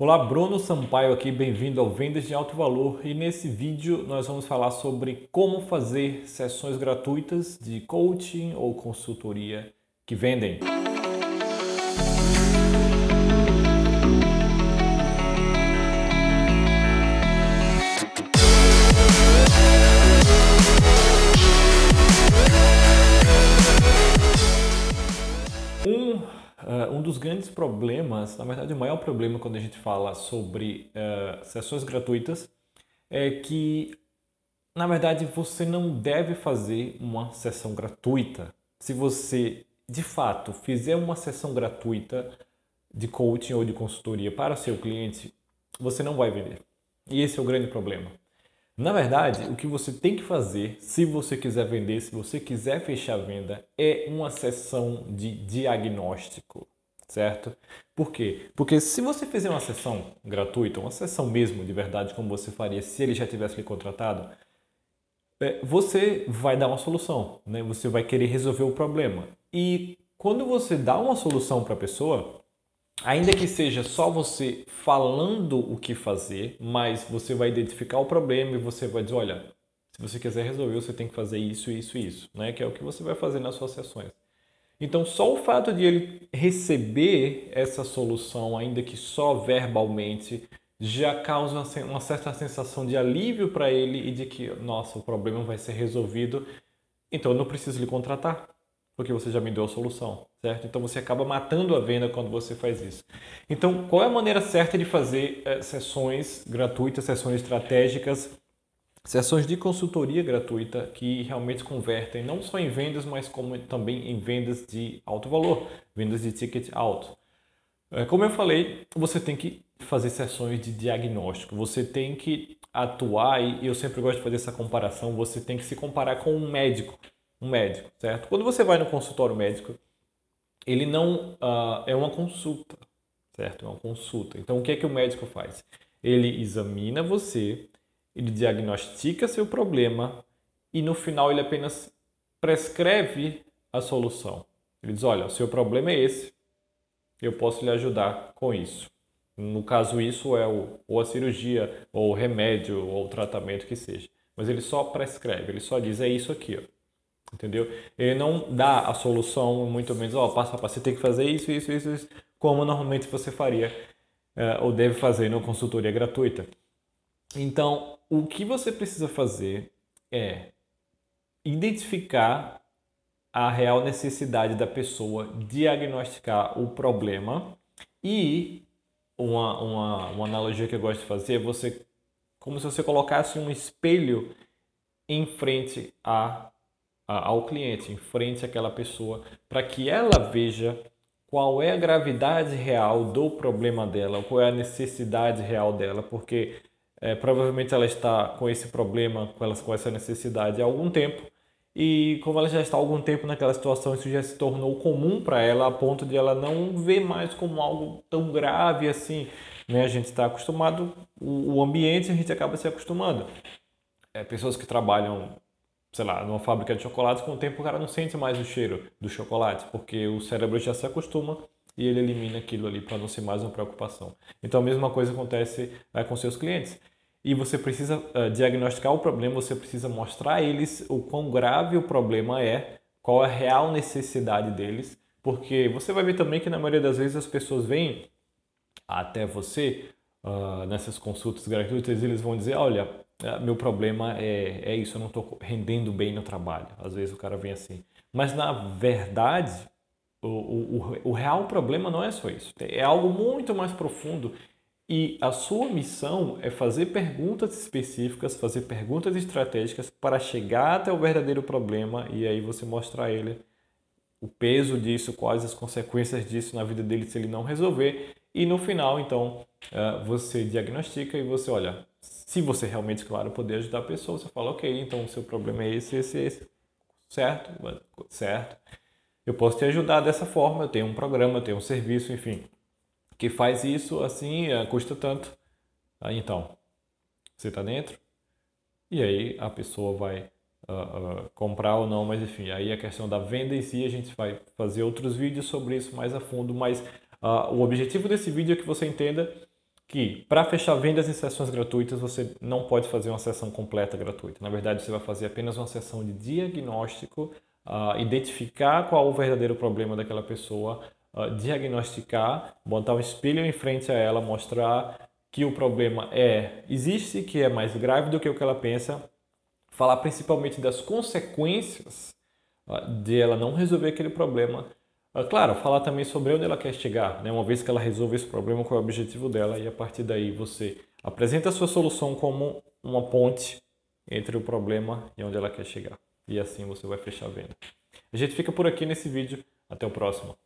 Olá, Bruno Sampaio aqui, bem-vindo ao Vendas de Alto Valor, e nesse vídeo nós vamos falar sobre como fazer sessões gratuitas de coaching ou consultoria que vendem. Um dos grandes problemas, na verdade o maior problema quando a gente fala sobre sessões gratuitas é que, na verdade, você não deve fazer uma sessão gratuita. Se você, de fato, fizer uma sessão gratuita de coaching ou de consultoria para seu cliente, você não vai vender. E esse é o grande problema. Na verdade, o que você tem que fazer, se você quiser vender, se você quiser fechar a venda, é uma sessão de diagnóstico, certo? Por quê? Porque se você fizer uma sessão gratuita, uma sessão mesmo de verdade, como você faria se ele já tivesse lhe contratado, você vai dar uma solução, né? Você vai querer resolver o problema. E quando você dá uma solução para a pessoa, ainda que seja só você falando o que fazer, mas você vai identificar o problema e você vai dizer, olha, se você quiser resolver, você tem que fazer isso, isso e isso, né? Que é o que você vai fazer nas suas sessões. Então, só o fato de ele receber essa solução, ainda que só verbalmente, já causa uma certa sensação de alívio para ele e de que, nossa, o problema vai ser resolvido, então eu não preciso lhe contratar, porque você já me deu a solução, certo? Então você acaba matando a venda quando você faz isso. Então, qual é a maneira certa de fazer sessões gratuitas, sessões estratégicas, sessões de consultoria gratuita que realmente convertem não só em vendas, mas como também em vendas de alto valor, vendas de ticket alto. Como eu falei, você tem que fazer sessões de diagnóstico, você tem que atuar, e eu sempre gosto de fazer essa comparação, você tem que se comparar com um médico, certo? Quando você vai no consultório médico, ele não é uma consulta, certo? É uma consulta. Então, o que é que o médico faz? Ele examina você, ele diagnostica seu problema e no final ele apenas prescreve a solução. Ele diz, olha, o seu problema é esse, eu posso lhe ajudar com isso. No caso, isso é ou a cirurgia, ou o remédio, ou o tratamento que seja. Mas ele só prescreve, ele só diz, é isso aqui, ó. Entendeu? Ele não dá a solução, muito menos, ó, passo a passo, você tem que fazer isso, isso, isso, isso, como normalmente você faria ou deve fazer numa consultoria gratuita. Então, o que você precisa fazer é identificar a real necessidade da pessoa, diagnosticar o problema e uma analogia que eu gosto de fazer é você, como se você colocasse um espelho em frente ao cliente, em frente àquela pessoa, para que ela veja qual é a gravidade real do problema dela, qual é a necessidade real dela, porque provavelmente ela está com esse problema, com essa necessidade há algum tempo, e como ela já está há algum tempo naquela situação, isso já se tornou comum para ela, a ponto de ela não ver mais como algo tão grave assim, né? A gente está acostumado, o ambiente a gente acaba se acostumando. Pessoas que trabalham, sei lá, numa fábrica de chocolates, com o tempo o cara não sente mais o cheiro do chocolate, porque o cérebro já se acostuma e ele elimina aquilo ali para não ser mais uma preocupação. Então a mesma coisa acontece com seus clientes. E você precisa diagnosticar o problema, você precisa mostrar a eles o quão grave o problema é, qual é a real necessidade deles, porque você vai ver também que na maioria das vezes as pessoas vêm até você nessas consultas gratuitas, eles vão dizer, olha, meu problema é isso, eu não estou rendendo bem no trabalho. Às vezes o cara vem assim. Mas na verdade, o real problema não é só isso. É algo muito mais profundo. E a sua missão é fazer perguntas específicas, fazer perguntas estratégicas para chegar até o verdadeiro problema e aí você mostrar a ele o peso disso, quais as consequências disso na vida dele se ele não resolver. E no final, então, você diagnostica e você olha, se você realmente, claro, poder ajudar a pessoa, você fala, ok, então o seu problema é esse, esse, esse. Certo? Certo. Eu posso te ajudar dessa forma, eu tenho um programa, eu tenho um serviço, enfim, que faz isso assim, custa tanto. Aí então, você está dentro? E aí a pessoa vai comprar ou não, mas enfim, aí a questão da venda em si, a gente vai fazer outros vídeos sobre isso mais a fundo, mas o objetivo desse vídeo é que você entenda que para fechar vendas em sessões gratuitas você não pode fazer uma sessão completa gratuita. Na verdade, você vai fazer apenas uma sessão de diagnóstico, identificar qual o verdadeiro problema daquela pessoa, diagnosticar, botar um espelho em frente a ela, mostrar que o problema existe, que é mais grave do que o que ela pensa, falar principalmente das consequências de ela não resolver aquele problema. Claro, falar também sobre onde ela quer chegar, né? Uma vez que ela resolve esse problema, qual é o objetivo dela, e a partir daí você apresenta a sua solução como uma ponte entre o problema e onde ela quer chegar. E assim você vai fechar a venda. A gente fica por aqui nesse vídeo. Até o próximo.